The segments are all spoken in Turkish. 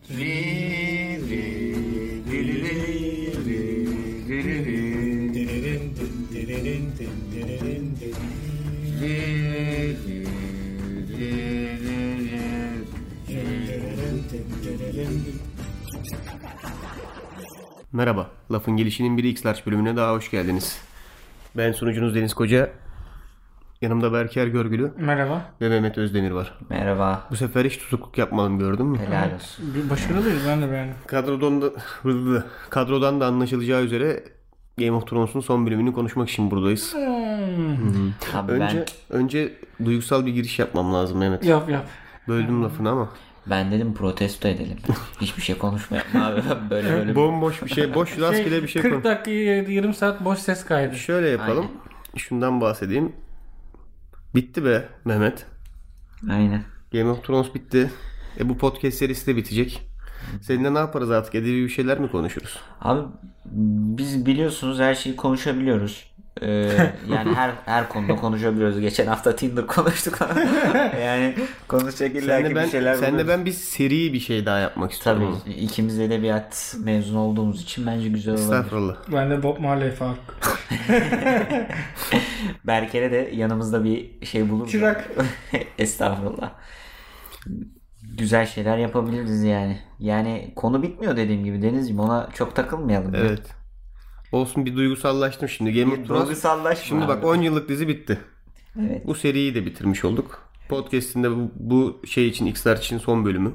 Merhaba, Lafın Gelişi'nin 1x bölümüne daha hoş geldiniz. Ben sunucunuz Deniz Koca. Yanımda Berker Görgülü. Merhaba. Ve Mehmet Özdemir var. Merhaba. Bu sefer hiç tutukluk yapmadım, gördün mü? Helal olsun. Bir başarılıyız, ben de beğendim. Kadrodan da anlaşılacağı üzere Game of Thrones'un son bölümünü konuşmak için buradayız. Abi Önce duygusal bir giriş yapmam lazım Mehmet. Yap. Böldüm lafını ama. ben dedim protesto edelim. Hiçbir şey konuşmayalım abi. Böyle. Bomboş bir şey, boş rastgele bir şey 40 dakika, yarım saat boş ses kaydı. Şöyle yapalım. Aynen. Şundan bahsedeyim. Bitti be Mehmet. Aynen. Game of Thrones bitti. Bu podcast serisi de bitecek. Seninle ne yaparız artık? Edebi bir şeyler mi konuşuruz? Abi biz biliyorsunuz her şeyi konuşabiliyoruz. Yani her konuda konuşabiliyoruz. Geçen hafta Tinder konuştuk. Yani konuşacak illaki bir şeyler Senle ben bir seri bir şey daha yapmak istiyorum. Tabii ikimiz de edebiyat mezunu olduğumuz için bence güzel olabilir. Estağfurullah. Ben de Bob Marley Faruk. Berker'e de yanımızda bir şey buluruz. Çırak. Estağfurullah. Güzel şeyler yapabiliriz yani. Yani konu bitmiyor dediğim gibi Denizciğim, ona çok takılmayalım. Evet. Olsun, bir duygusallaştım şimdi. Game of Thrones. Duygusallaşma Şimdi bak, 10 yıllık dizi bitti. Evet. Bu seriyi de bitirmiş olduk. Podcast'in de bu şey için, X'ler için son bölümü.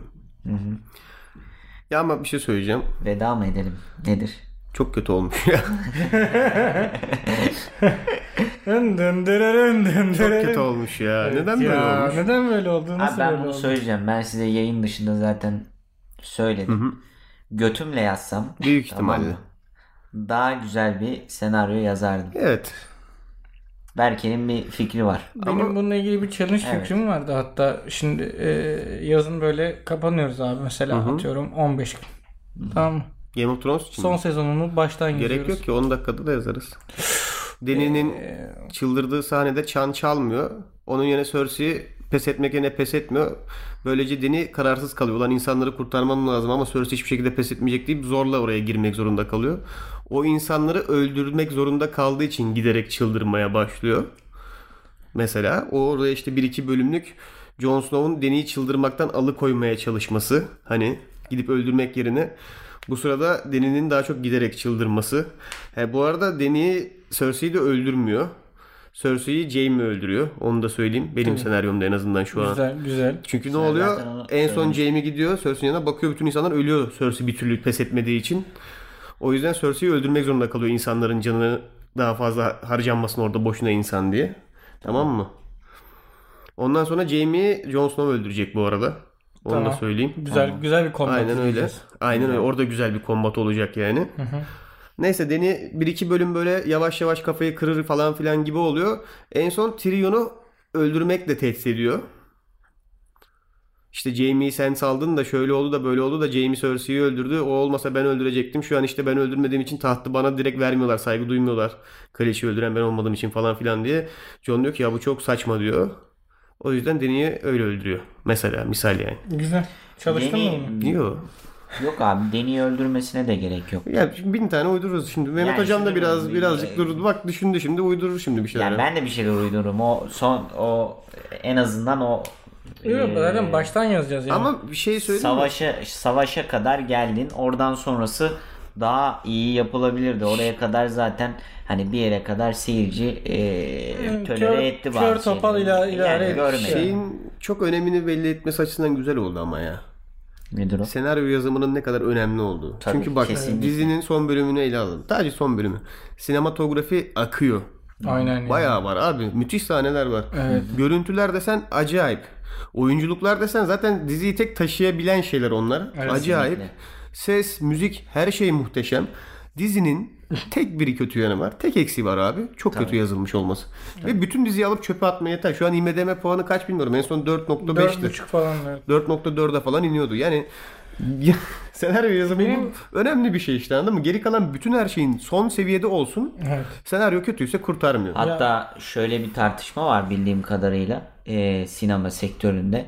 Ya ama bir şey söyleyeceğim. Veda mı edelim? Nedir? Çok kötü olmuş ya. Çok kötü olmuş ya. Neden böyle olmuş? Neden böyle oldu? Nasıl Abi ben böyle bunu oldu? söyleyeceğim. Ben size yayın dışında zaten söyledim. Götümle yazsam Büyük tamam ihtimalle. mı? Daha güzel bir senaryo yazardım. Evet. Berke'nin bir fikri var. Benim bununla ilgili bir challenge Evet. fikrim vardı. Hatta şimdi yazın böyle kapanıyoruz abi. Mesela atıyorum 15 gün. Tamam mı? Game of Thrones için Son mi? sezonunu baştan Gerek yazıyoruz. yok ki, 10 dakikada da yazarız. Dany'nin çıldırdığı sahnede çan çalmıyor. Onun yerine Cersei pes etmek yerine pes etmiyor. Böylece Dany kararsız kalıyor. Ulan insanları kurtarmam lazım ama Cersei hiçbir şekilde pes etmeyecek deyip zorla oraya girmek zorunda kalıyor. O insanları öldürmek zorunda kaldığı için giderek çıldırmaya başlıyor. Mesela o orada işte 1-2 bölümlük Jon Snow'un Dany'yi çıldırmaktan alıkoymaya çalışması. Hani gidip öldürmek yerine bu sırada Dany'nin daha çok giderek çıldırması. Bu arada Dany Cersei'yi de öldürmüyor. Cersei'yi Jaime öldürüyor. Onu da söyleyeyim. Benim senaryomda en azından şu an. Güzel. Çünkü ne Sen oluyor? zaten onu En son söylemiştin. Jaime gidiyor. Cersei'nin yanına bakıyor. Bütün insanlar ölüyor. Cersei bir türlü pes etmediği için. O yüzden Cersei'yi öldürmek zorunda kalıyor. İnsanların canını daha fazla harcanmasın orada boşuna insan diye. Tamam mı? Ondan sonra Jaime'yi Jon Snow öldürecek bu arada. Onu da söyleyeyim. Güzel bir kombat. Aynen öyle. izleyeceğiz. Aynen öyle. Orada güzel bir kombat olacak yani. Neyse, Dany 1-2 bölüm böyle yavaş yavaş kafayı kırır falan filan gibi oluyor. En son Tyrion'u öldürmekle tehdit ediyor. İşte Jaime'yi sen saldın da şöyle oldu da böyle oldu da Jaime Cersei'yi öldürdü. O olmasa ben öldürecektim. Şu an işte ben öldürmediğim için tahtı bana direkt vermiyorlar. Saygı duymuyorlar. Kraliçeyi öldüren ben olmadığım için falan filan diye. Jon diyor ki ya bu çok saçma diyor. O yüzden Dany'yi öyle öldürüyor. Mesela misal yani. Güzel. Çalıştın mı bunu? Yok. Yok abi, Dany'yi öldürmesine de gerek yok. Ya 1000 tane uydururuz şimdi. Mehmet Yani Hocam da şimdi birazcık durdu. Bak düşündü şimdi, uydurur şimdi bir şeyler. Yani ben de bir şeyler uydururum. O en azından o Yok, zaten baştan yazacağız yani. Ama bir şey söyleyeyim mi? savaşa kadar geldin. Oradan sonrası daha iyi yapılabilirdi. Oraya kadar zaten hani bir yere kadar seyirci tolere etti bazı kör topal şeyleri. idare et. görmedi. Şeyin çok önemini belli etmesi açısından güzel oldu ama ya. Nedir o? Senaryo yazımının ne kadar önemli olduğu. Tabii, Çünkü bak kesinlikle. dizinin son bölümünü ele alalım. Sadece son bölümü. Sinematografi akıyor. Aynen. Bayağı var abi. Müthiş sahneler var. Evet. Görüntüler desen acayip. Oyunculuklar desen zaten diziyi tek taşıyabilen şeyler onlar. Evet, acayip. kesinlikle. Ses, müzik, her şey muhteşem. Dizinin tek bir kötü yanı var. Tek eksiği var abi. Çok kötü yazılmış olması. Ve bütün diziyi alıp çöpe atmaya yeter. Şu an IMDb puanı kaç bilmiyorum. En son 4.5'ti. 4.5 falan. Evet. 4.4'e falan iniyordu. Yani senaryo yazımı önemli bir şey işte, anladın mı? Geri kalan bütün her şeyin son seviyede olsun. Evet. Senaryo kötüyse kurtarmıyor. Hatta şöyle bir tartışma var bildiğim kadarıyla sinema sektöründe.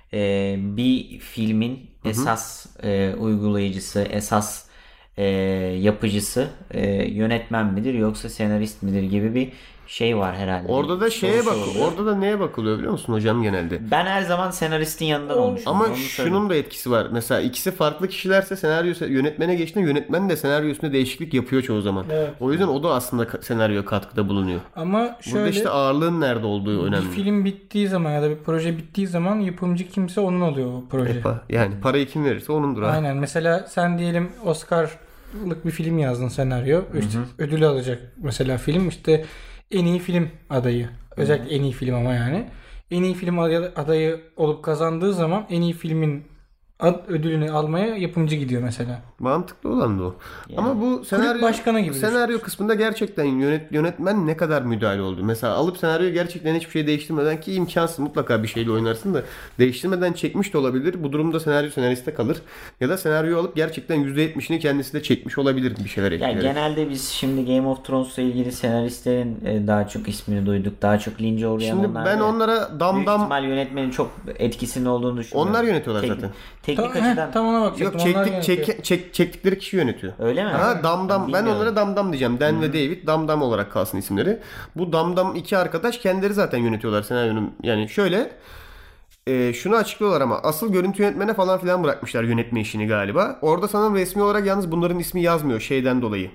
bir filmin esas uygulayıcısı, esas yapıcısı yönetmen midir yoksa senarist midir gibi bir şey var herhalde. Orada da orada da neye bakılıyor biliyor musun hocam genelde? Ben her zaman senaristin yanından olmuşum. Ama şunun da etkisi var. Mesela ikisi farklı kişilerse senaryo yönetmene geçtiğinde yönetmen de senaryo üstünde değişiklik yapıyor çoğu zaman. Evet. O yüzden o da aslında senaryoya katkıda bulunuyor. Ama şöyle, burada işte ağırlığın nerede olduğu önemli. Bir film bittiği zaman ya da bir proje bittiği zaman yapımcı kimse onun oluyor o proje. Yani parayı kim verirse onundur. Aynen. Mesela sen diyelim Oscar'lık bir film yazdın senaryo. İşte ödül alacak mesela film. İşte en iyi film adayı. Özellikle en iyi film ama yani. En iyi film adayı olup kazandığı zaman en iyi filmin ödülünü almaya yapımcı gidiyor mesela. Mantıklı olan da o. Yani. Ama bu senaryo başkanı gibi senaryo kısmında gerçekten yönetmen ne kadar müdahale oldu. Mesela alıp senaryoyu gerçekten hiçbir şey değiştirmeden, ki imkansız, mutlaka bir şeyle oynarsın da değiştirmeden çekmiş de olabilir. Bu durumda senaryo senariste kalır. Ya da senaryoyu alıp gerçekten %70'ini kendisi de çekmiş olabilir bir şeyler ekleyerek. Yani genelde biz şimdi Game of Thrones'la ilgili senaristlerin daha çok ismini duyduk. Daha çok lince uğrayan Şimdi onlar. ben onlara Büyük ihtimal yönetmenin çok etkisinin olduğunu düşünüyorum. Onlar yönetiyorlar zaten. Teknik açıdan. Tam ona bakacaktım. Yok, çektikleri kişi yönetiyor. Öyle mi? Ha, Damdam. Ben onlara Damdam diyeceğim. Dan ve David Damdam olarak kalsın isimleri. Bu Damdam iki arkadaş kendileri zaten yönetiyorlar senaryonun. Yani şöyle şunu açıklıyorlar ama asıl görüntü yönetmene falan filan bırakmışlar yönetme işini galiba. Orada sanırım resmi olarak yalnız bunların ismi yazmıyor şeyden dolayı.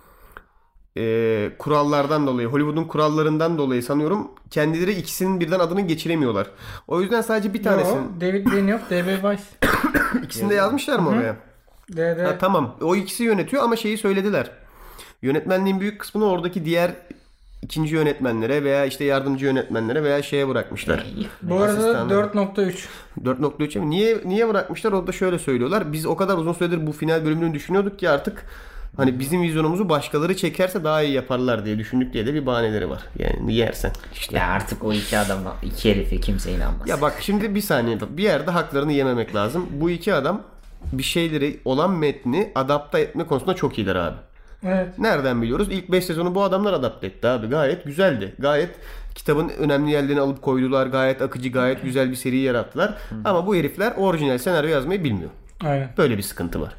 Kurallardan dolayı, Hollywood'un kurallarından dolayı sanıyorum kendileri ikisinin birden adını geçiremiyorlar. O yüzden sadece bir tanesinin. David Benioff, D.B. Weiss. İkisini de yazmışlar mı oraya? Ha, tamam. O ikisi yönetiyor ama şeyi söylediler. Yönetmenliğin büyük kısmını oradaki diğer ikinci yönetmenlere veya işte yardımcı yönetmenlere veya şeye bırakmışlar. Bu arada 4.3. 4.3'e mi? Niye bırakmışlar? O da şöyle söylüyorlar. Biz o kadar uzun süredir bu final bölümünü düşünüyorduk ki artık hani bizim vizyonumuzu başkaları çekerse daha iyi yaparlar diye düşündük diye de bir bahaneleri var. Yani yersen. İşte. Ya artık o iki herife kimse inanmaz. Ya bak şimdi bir saniye, bir yerde haklarını yememek lazım. Bu iki adam bir şeyleri olan metni adapte etme konusunda çok iyiler abi. Evet. Nereden biliyoruz? İlk 5 sezonu bu adamlar adapte etti abi. Gayet güzeldi. Gayet kitabın önemli yerlerini alıp koydular. Gayet akıcı, gayet güzel bir seri yarattılar. Ama bu herifler orijinal senaryo yazmayı bilmiyor. Aynen. Böyle bir sıkıntı var.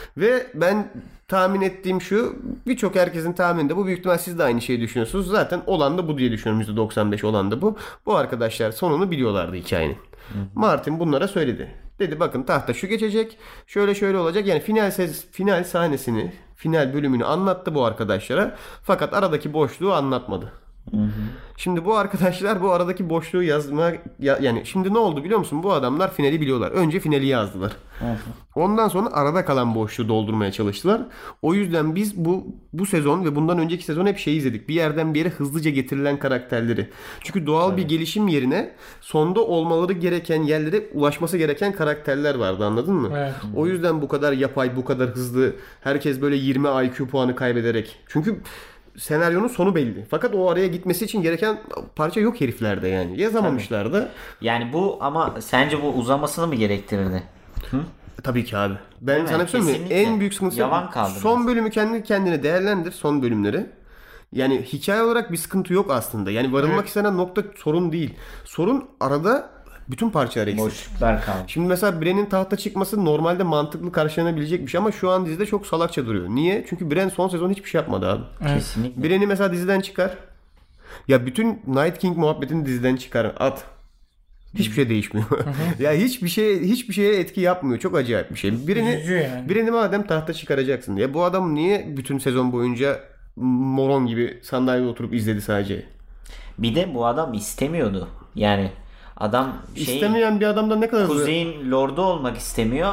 Ve ben tahmin ettiğim şu, birçok herkesin tahmininde bu, büyük ihtimal siz de aynı şeyi düşünüyorsunuz. Zaten olan da bu diye düşünüyorum. %95 olan da bu. Bu arkadaşlar sonunu biliyorlardı hikayenin. Martin bunlara söyledi. Dedi bakın tahta şu geçecek. Şöyle olacak. Yani final sahnesini, final bölümünü anlattı bu arkadaşlara. Fakat aradaki boşluğu anlatmadı. Şimdi bu arkadaşlar bu aradaki boşluğu yani şimdi ne oldu biliyor musun? Bu adamlar finali biliyorlar. Önce finali yazdılar. Ondan sonra arada kalan boşluğu doldurmaya çalıştılar. O yüzden biz bu sezon ve bundan önceki sezon hep şey izledik. Bir yerden bir yere hızlıca getirilen karakterleri. Çünkü doğal bir gelişim yerine sonda olmaları gereken yerlere ulaşması gereken karakterler vardı, anladın mı? Evet. O yüzden bu kadar yapay, bu kadar hızlı, herkes böyle 20 IQ puanı kaybederek. Çünkü senaryonun sonu belli. Fakat o araya gitmesi için gereken parça yok heriflerde yani. Yazamamışlar da. Yani bu, ama sence bu uzamasını mı gerektirirdi? Tabii ki abi. Ben Değil sana mi? bir şey söyleyeyim mi? Kesinlikle. En büyük sıkıntısı Yavan kaldı son biraz. bölümü kendi kendine değerlendir, son bölümleri. Yani hikaye olarak bir sıkıntı yok aslında. Yani varılmak istenen nokta sorun değil. Sorun arada bütün parçalar eksik. Boşluklar kaldı. Şimdi mesela Bran'in tahta çıkması normalde mantıklı karşılanabilecek bir şey ama şu an dizide çok salakça duruyor. Niye? Çünkü Bran son sezon hiçbir şey yapmadı abi. Kesinlikle. Bran'i mesela diziden çıkar. Ya bütün Night King muhabbetini diziden çıkar. At. Hiçbir şey değişmiyor. Ya hiçbir şeye etki yapmıyor. Çok acayip bir şey. Üzücü yani. Birini madem tahta çıkaracaksın diye. Bu adam niye bütün sezon boyunca moron gibi sandalyede oturup izledi sadece? Bir de bu adam istemiyordu. Yani adam İstemeyen bir adamdan ne kadar hızlı, Kuzey'in lordu olmak istemiyor.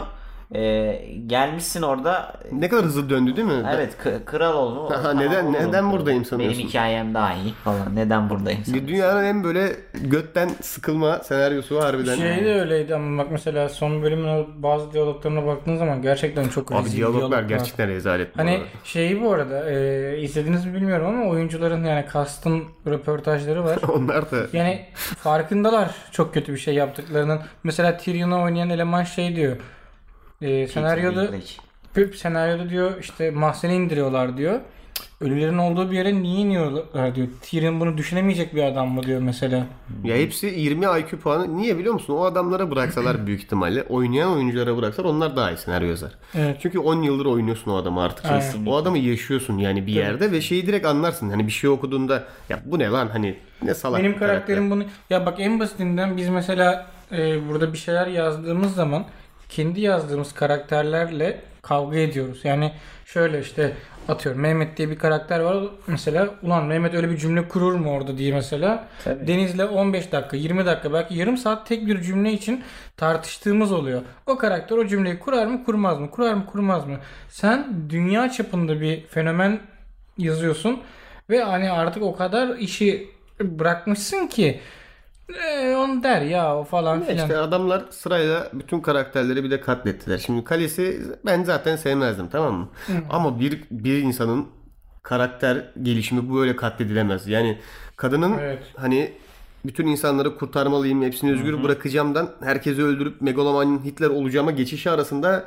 Gelmişsin orada. ne kadar hızlı döndü değil mi? Evet, kral oldu. Neden buradayım sanıyorsun? Benim hikayem daha iyi falan. Neden buradayım sanıyorsun? Dünyanın en böyle götten sıkılma senaryosu harbiden. Şey de öyleydi ama bak mesela son bölümün bazı diyaloglarına baktığın zaman gerçekten çok Abi rezil diyaloglar diyaloglar. gerçekten rezalet. Hani şeyi bu arada izlediniz mi bilmiyorum ama oyuncuların, yani cast'ın röportajları var. Onlar da Yani farkındalar çok kötü bir şey yaptıklarının. Mesela Tyrion'u oynayan eleman şey diyor. Senaryoda diyor işte mahzene indiriyorlar diyor. ölülerin olduğu bir yere niye iniyorlar diyor. Tyrion bunu düşünemeyecek bir adam mı diyor mesela. Ya hepsi 20 IQ puanı. Niye biliyor musun? O adamlara bıraksalar büyük ihtimalle, oynayan oyunculara bıraksalar onlar daha iyi senaryo yazar. Evet. Çünkü 10 yıldır oynuyorsun o adamı artık. Aynen. O adamı yaşıyorsun yani bir yerde ve şeyi direkt anlarsın. Hani bir şey okuduğunda ya bu ne lan, hani ne salak Benim bir karakter. karakterim bunu... Ya bak en basitinden biz mesela burada bir şeyler yazdığımız zaman kendi yazdığımız karakterlerle kavga ediyoruz. Yani şöyle işte atıyorum Mehmet diye bir karakter var. Mesela ulan Mehmet öyle bir cümle kurur mu orada diye mesela. Tabii. Deniz'le 15 dakika, 20 dakika belki yarım saat tek bir cümle için tartıştığımız oluyor. O karakter o cümleyi kurar mı kurmaz mı? Kurar mı kurmaz mı? Sen dünya çapında bir fenomen yazıyorsun ve hani artık o kadar işi bırakmışsın ki onu der ya o falan Ya filan. İşte adamlar sırayla bütün karakterleri bir de katlettiler. Şimdi Khaleesi ben zaten sevmezdim, tamam mı? Ama bir insanın karakter gelişimi böyle katledilemez. Yani kadının Evet. hani bütün insanları kurtarmalıyım, hepsini özgür bırakacağımdan herkesi öldürüp megaloman Hitler olacağıma geçişi arasında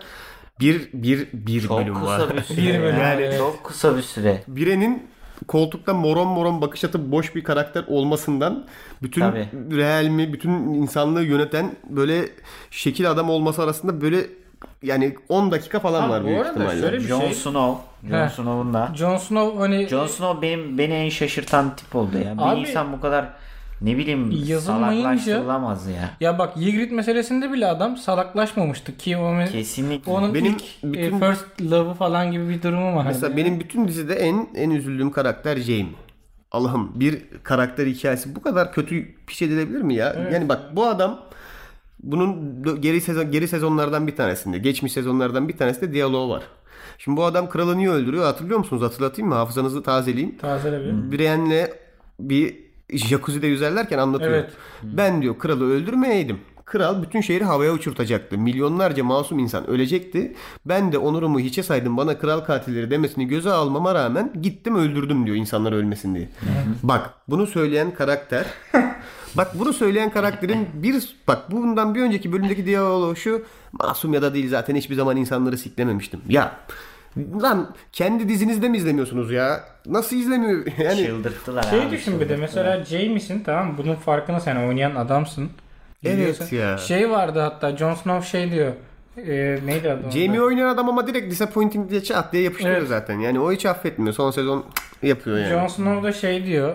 bir Çok bölüm kısa var. bir süre. Bir bölüm, yani evet. çok kısa bir süre. Bire'nin koltukta moron moron bakış atıp boş bir karakter olmasından bütün Tabii. realmi, bütün insanlığı yöneten böyle şekil adam olması arasında böyle yani 10 dakika falan Abi var bu büyük arada ihtimalle. şöyle bir Jon şey- Snow. Jon Heh. Snow'un da. Jon Snow hani Jon Snow beni en şaşırtan tip oldu ya. Abi- Bir insan bu kadar ne bileyim Yazılmayınca- salaklaştırılamaz ya. ya bak Ygritte meselesinde bile adam salaklaşmamıştı ki o Kesinlikle. onun Benim ilk bütün- first love'ı falan gibi bir durumu var. Mesela benim bütün dizide en üzüldüğüm karakter Jaime. Allah'ım, bir karakter hikayesi bu kadar kötü piş edilebilir mi ya? Evet. Yani bak bu adam, bunun geri sezonlardan bir tanesinde, geçmiş sezonlardan bir tanesinde diyaloğu var. Şimdi bu adam kralı niye öldürüyor hatırlıyor musunuz? Hatırlatayım mı? Hafızanızı tazeleyeyim. Tazele bir. Brienne'le bir jacuzzi'de yüzerlerken anlatıyor. Evet. Ben diyor kralı öldürmeyeydim. Kral bütün şehri havaya uçurtacaktı. Milyonlarca masum insan ölecekti. Ben de onurumu hiçe saydım, bana kral katilleri demesini göze almama rağmen gittim öldürdüm diyor insanlar ölmesin diye. Bak bunu söyleyen karakter bak bunu söyleyen karakterin bundan bir önceki bölümdeki diyaloğu şu: masum ya da değil, zaten hiçbir zaman insanları siklememiştim. Ya lan kendi dizinizde mi izlemiyorsunuz ya? Nasıl izlemiyor? Yani Çıldırttılar Şey abi. düşün bir de mesela Jaime'sin, tamam mı? Bunun farkına sen oynayan adamsın. Evet Biliyorsun. ya. Şey vardı hatta Jon Snow şey diyor. Neydi adı? Jaime oynayan adam ama direkt disappointing diye çat diye yapıştırıyor Evet. zaten. Yani o hiç affetmiyor. Son sezon yapıyor yani. Jon Snow da şey diyor.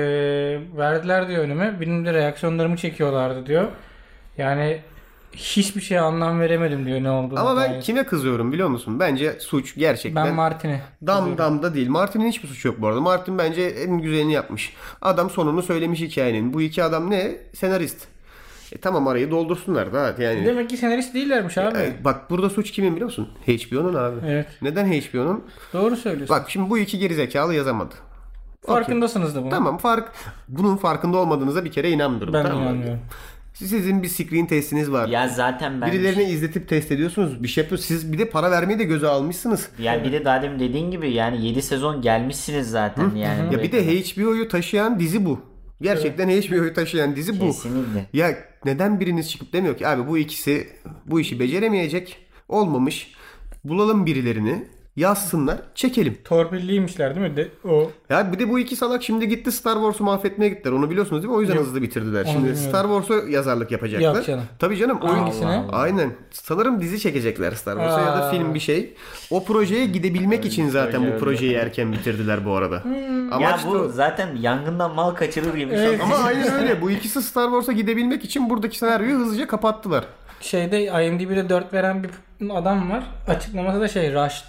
Verdiler diyor önüme. Benim de reaksiyonlarımı çekiyorlardı diyor. Yani hiçbir şeye anlam veremedim diyor ne olduğunu. Ama ben dair. kime kızıyorum biliyor musun? Bence suç gerçekten Ben Martin'e. Dam'da değil. Martin'in hiçbir suçu yok bu arada. Martin bence en güzelini yapmış. Adam sonunu söylemiş hikayenin. Bu iki adam ne? Senarist. Tamam, arayı doldursunlar da yani. Demek ki senarist değillermiş abi. Bak burada suç kimin biliyor musun? HBO'nun abi. Evet. Neden HBO'nun? Doğru söylüyorsun. Bak şimdi bu iki gerizekalı yazamadı. Farkındasınız da bunun. Tamam, bunun farkında olmadığınıza bir kere inanmıyorum. Ben de tamam mı? inanmıyorum. Sizin bir screen testiniz var. Ya zaten ben Birilerine izletip test ediyorsunuz. Bir şey yapıyorsunuz. Siz bir de para vermeyi de göze almışsınız. yani bir de daha demin dediğin gibi yani 7 sezon gelmişsiniz zaten yani. Ya bir de HBO'yu taşıyan dizi bu. Gerçekten HBO'yu taşıyan dizi bu. Kesinlikle. Ya neden biriniz çıkıp demiyor ki abi bu ikisi bu işi beceremeyecek, olmamış. Bulalım birilerini, yazsınlar, çekelim. Torpilliymişler değil mi? O Ya bir de bu iki salak şimdi gitti Star Wars'u mahvetmeye gittiler. Onu biliyorsunuz değil mi? O yüzden Yok. hızlı bitirdiler. Onu Şimdi bilmiyorum. Star Wars'u yazarlık yapacaklar. Yok canım. Tabii canım. Hangisine? Aynen. Sanırım dizi çekecekler Star Wars'a ya da Aa. film bir şey. O projeye gidebilmek için zaten bu projeyi erken bitirdiler bu arada. Ya Amaç da bu o. zaten yangından mal kaçırır gibi. Evet. Ama aynen öyle. Bu ikisi Star Wars'a gidebilmek için buradaki senaryoyu hızlıca kapattılar. şeyde IMDb'de 4 veren bir adam var. Açıklaması da şey Rushed.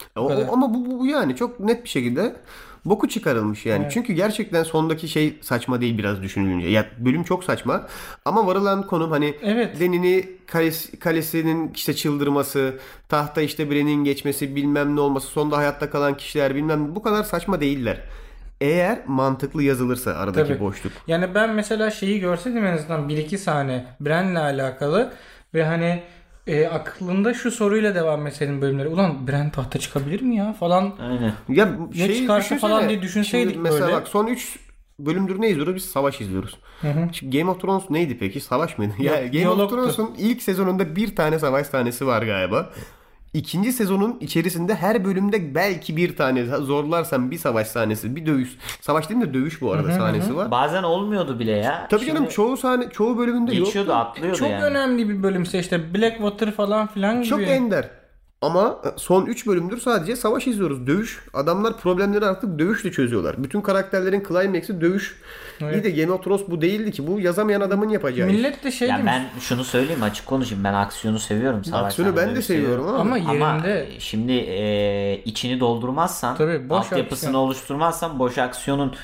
Ama bu yani çok net bir şekilde boku çıkarılmış yani. Evet. Çünkü gerçekten sondaki şey saçma değil biraz düşünülünce. Ya bölüm çok saçma ama varılan konum hani Evet. Dany'ni kalesinin işte çıldırması, tahta işte Bran'in geçmesi, bilmem ne olması, sonda hayatta kalan kişiler bilmem ne, bu kadar saçma değiller. Eğer mantıklı yazılırsa aradaki Tabii. boşluk. Yani ben mesela şeyi görseydim en azından 1-2 sahne Bran'le alakalı ve hani aklında şu soruyla devam etseydin bölümleri. Ulan Bran tahta çıkabilir mi ya falan. Aynen. Ya Ne çıkarsa falan diye düşünseydik şimdi mesela böyle. bak son 3 bölümdür ne izliyoruz? Biz savaş izliyoruz. Şimdi Game of Thrones neydi peki? Savaş mıydı? Ya Game of diyalogtu. Thrones'un ilk sezonunda bir tane savaş sahnesi var galiba. İkinci sezonun içerisinde her bölümde belki bir tane zorlarsan bir savaş sahnesi, bir dövüş. Savaş değil de dövüş bu arada sahnesi var. Bazen olmuyordu bile ya. Tabii canım çoğu bölümünde geçiyordu, yoktu. atlıyordu çok yani. önemli bir bölümse işte Blackwater falan filan gibi. Çok ender. Ama son 3 bölümdür sadece savaş izliyoruz. Dövüş. Adamlar problemleri artık dövüşle çözüyorlar. Bütün karakterlerin climax'i dövüş. Evet. İyi de Game of Thrones bu değildi ki. Bu yazamayan adamın yapacağı iş. Millet de şey Ya demiş. ben şunu söyleyeyim, açık konuşayım. Ben aksiyonu seviyorum. Savaş Aksiyonu ben de seviyorum ama. Ama yerinde. şimdi içini doldurmazsan, Tabii, boş altyapısını aksiyon. oluşturmazsan boş aksiyonun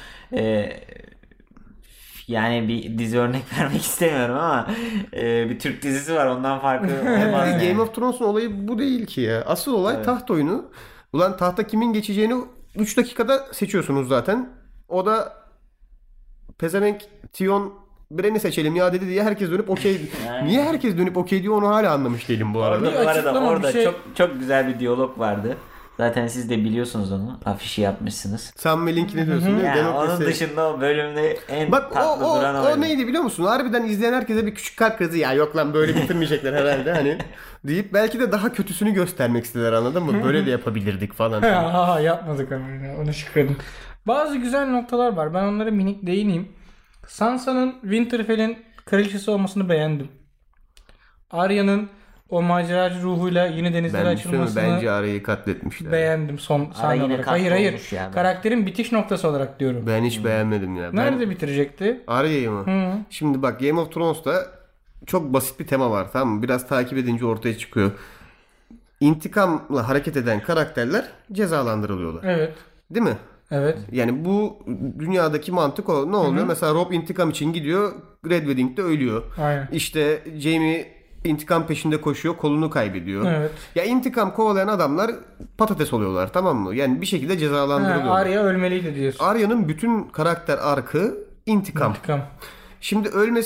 yani bir dizi örnek vermek istemiyorum ama bir Türk dizisi var, ondan farkı olmaz. Yani. Game of Thrones'un olayı bu değil ki ya. Asıl olay taht oyunu. Ulan tahta kimin geçeceğini 3 dakikada seçiyorsunuz zaten. O da pezevenk Tion Bren'i seçelim ya dedi diye herkes dönüp okey. Niye herkes dönüp okey diyor onu hala anlamış değilim bu arada. Bu arada açıklama, orada bir şey- çok güzel bir diyalog vardı. Zaten siz de biliyorsunuz onu. Afişi yapmışsınız. Sen ve linkini diyorsun değil mi? Yani Demokrasi. onun dışında o bölümde en Bak tatlı duran oydu. o neydi biliyor musun? Harbiden izleyen herkese bir küçük kalp krizi. Ya yok lan böyle bitirmeyecekler herhalde hani deyip belki de daha kötüsünü göstermek istediler, anladın mı? Böyle de yapabilirdik falan. Ha, yapmadık ama yine. Onu şükredin. Bazı güzel noktalar var. Ben onlara minik değineyim. Sansa'nın Winterfell'in kraliçesi olmasını beğendim. Arya'nın o maceracı ruhuyla yeni denizlere Ben bir şey mi? açılmasını Bence arayı katletmişler. beğendim son sahne yine olarak. katlı Hayır. olmuş ya. Karakterin bitiş noktası olarak diyorum. Ben hiç beğenmedim ya. Nerede bitirecekti? Arya'yı mı? Şimdi bak Game of Thrones'ta çok basit bir tema var, tamam mı? Biraz takip edince ortaya çıkıyor. İntikamla hareket eden karakterler cezalandırılıyorlar. Evet. Değil mi? Evet. Yani bu dünyadaki mantık o. Ne oluyor? Mesela Robb intikam için gidiyor. Red Wedding'de ölüyor. Aynen. İşte Jaime intikam peşinde koşuyor. Kolunu kaybediyor. Evet. Ya intikam kovalayan adamlar patates oluyorlar, tamam mı? Yani bir şekilde cezalandırılıyorlar. Arya ölmeliydi diyorsun. Arya'nın bütün karakter arkı intikam. İntikam. Şimdi